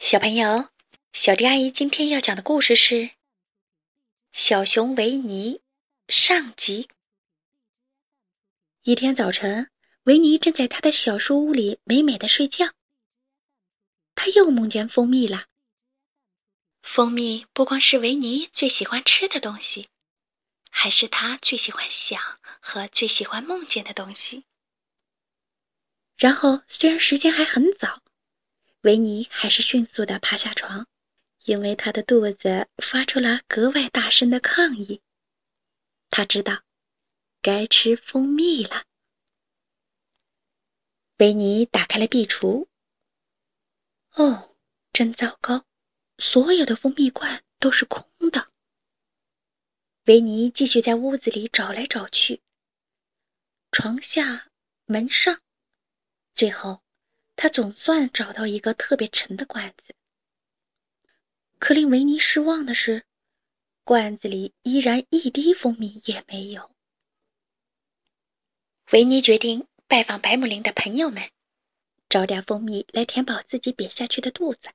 小朋友，小迪阿姨今天要讲的故事是《小熊维尼》上集。一天早晨，维尼正在他的小书屋里美美的睡觉，他又梦见蜂蜜了。蜂蜜不光是维尼最喜欢吃的东西，还是他最喜欢想和最喜欢梦见的东西。然后，虽然时间还很早，维尼还是迅速地爬下床，因为他的肚子发出了格外大声的抗议。他知道该吃蜂蜜了。维尼打开了壁橱。哦，真糟糕，所有的蜂蜜罐都是空的。维尼继续在屋子里找来找去，床下、门上，最后他总算找到一个特别沉的罐子。可令维尼失望的是，罐子里依然一滴蜂蜜也没有。维尼决定拜访白姆林的朋友们，找点蜂蜜来填饱自己瘪下去的肚子。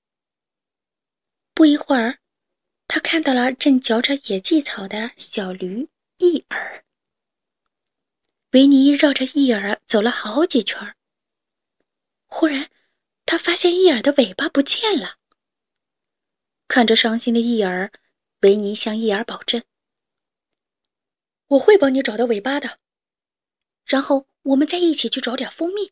不一会儿，他看到了正嚼着野蓟草的小驴伊尔。维尼绕着伊尔走了好几圈，忽然他发现伊尔的尾巴不见了。看着伤心的伊尔，维尼向伊尔保证：“我会帮你找到尾巴的，然后我们再一起去找点蜂蜜。”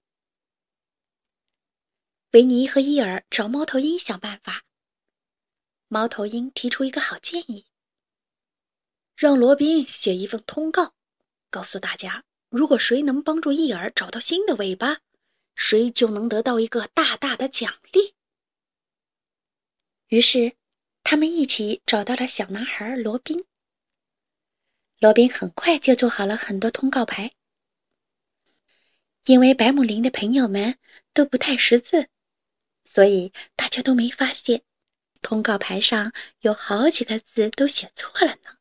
维尼和伊尔找猫头鹰想办法。猫头鹰提出一个好建议：让罗宾写一份通告，告诉大家，如果谁能帮助伊尔找到新的尾巴，谁就能得到一个大大的奖励。于是他们一起找到了小男孩罗宾。罗宾很快就做好了很多通告牌。因为白姆林的朋友们都不太识字，所以大家都没发现通告牌上有好几个字都写错了呢。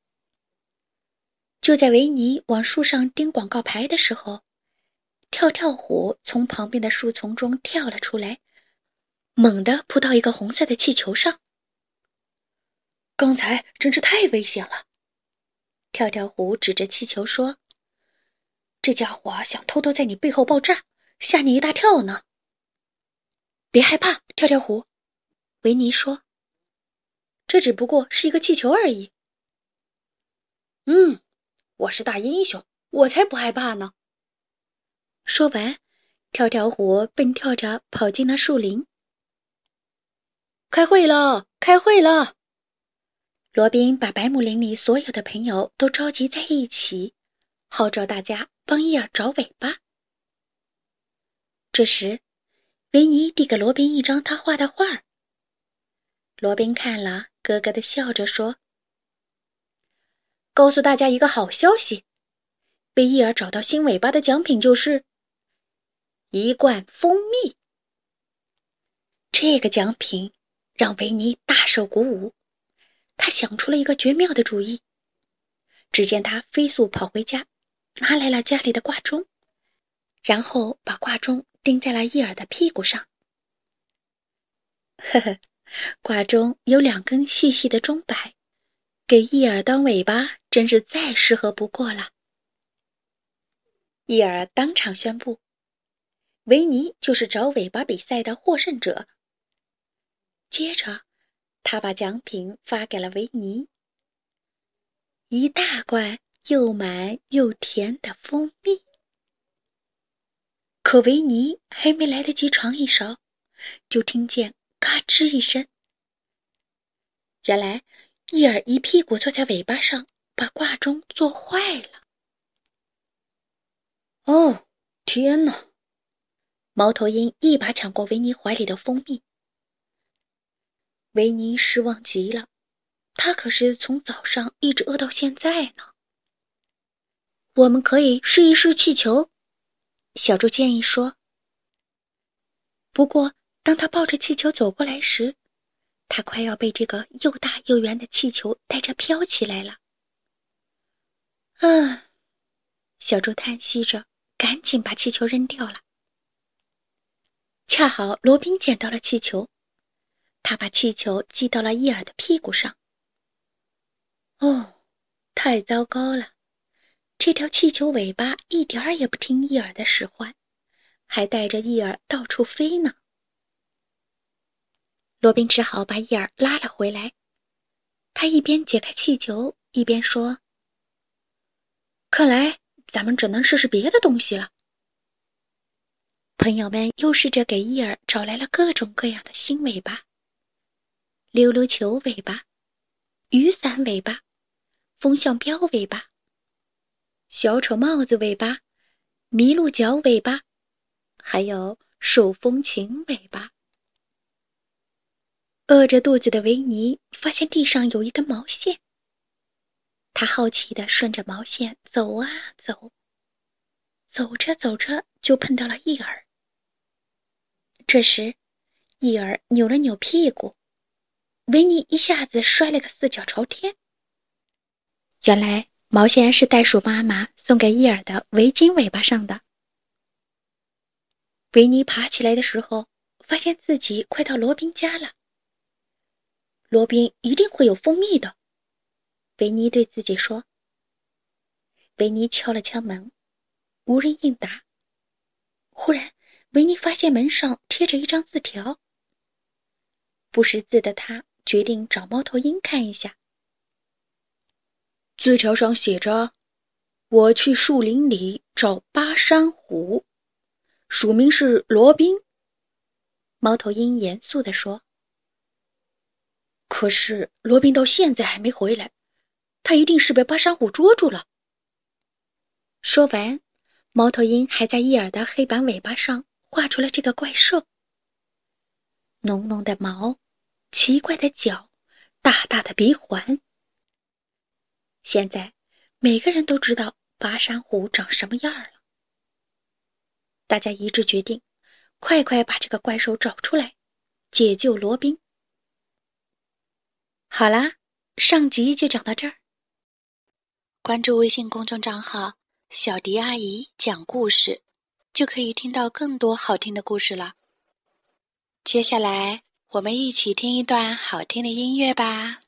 就在维尼往树上钉广告牌的时候，跳跳虎从旁边的树丛中跳了出来，猛地扑到一个红色的气球上。刚才真是太危险了，跳跳虎指着气球说：“这家伙想偷偷在你背后爆炸，吓你一大跳呢。”别害怕，跳跳虎，维尼说，这只不过是一个气球而已。我是大英雄，我才不害怕呢。说完，跳跳虎蹦跳着跑进了树林。开会了，开会了！罗宾把白姆林里所有的朋友都召集在一起，号召大家帮伊尔找尾巴。这时，维尼递给罗宾一张他画的画。罗宾看了，咯咯地笑着说：“告诉大家一个好消息，为伊尔找到新尾巴的奖品就是一罐蜂蜜。”这个奖品让维尼大受鼓舞，他想出了一个绝妙的主意。只见他飞速跑回家，拿来了家里的挂钟，然后把挂钟钉在了伊尔的屁股上。呵呵，挂钟有2根细细的钟摆，给伊尔当尾巴真是再适合不过了。伊尔当场宣布，维尼就是找尾巴比赛的获胜者。接着，他把奖品发给了维尼，一大罐又满又甜的蜂蜜。可维尼还没来得及尝一勺，就听见嘎吱一声。原来伊尔一屁股坐在尾巴上，把挂钟坐坏了。哦，天哪！猫头鹰一把抢过维尼怀里的蜂蜜。维尼失望极了，他可是从早上一直饿到现在呢。我们可以试一试气球，小猪建议说。不过当他抱着气球走过来时，他快要被这个又大又圆的气球带着飘起来了。小猪叹息着，赶紧把气球扔掉了。恰好罗宾捡到了气球， 他把气球系到了伊尔的屁股上。哦，太糟糕了！这条气球尾巴一点儿也不听伊尔的使唤，还带着伊尔到处飞呢。罗宾只好把伊尔拉了回来。他一边解开气球，一边说：“看来咱们只能试试别的东西了。”朋友们又试着给伊尔找来了各种各样的新尾巴：溜溜球尾巴、雨伞尾巴、风向标尾巴、小丑帽子尾巴、麋鹿角尾巴，还有手风琴尾巴。饿着肚子的维尼发现地上有一根毛线，他好奇地顺着毛线走啊走，走着走着就碰到了伊尔。这时，伊尔扭了扭屁股，维尼一下子摔了个四脚朝天。原来毛线是袋鼠妈妈送给伊尔的围巾尾巴上的。维尼爬起来的时候，发现自己快到罗宾家了。罗宾一定会有蜂蜜的，维尼对自己说。维尼敲了敲门，无人应答。忽然，维尼发现门上贴着一张字条。不识字的他决定找猫头鹰看一下。字条上写着：“我去树林里找巴山虎，署名是罗宾。”猫头鹰严肃地说。可是罗宾到现在还没回来，他一定是被巴山虎捉住了。说完，猫头鹰还在伊尔的黑板尾巴上画出了这个怪兽：浓浓的毛，奇怪的脚，大大的鼻环。现在每个人都知道巴山虎长什么样了。大家一致决定，快快把这个怪兽找出来，解救罗宾。好啦，上集就讲到这儿。关注微信公众账号“小迪阿姨讲故事”，就可以听到更多好听的故事了。接下来，我们一起听一段好听的音乐吧。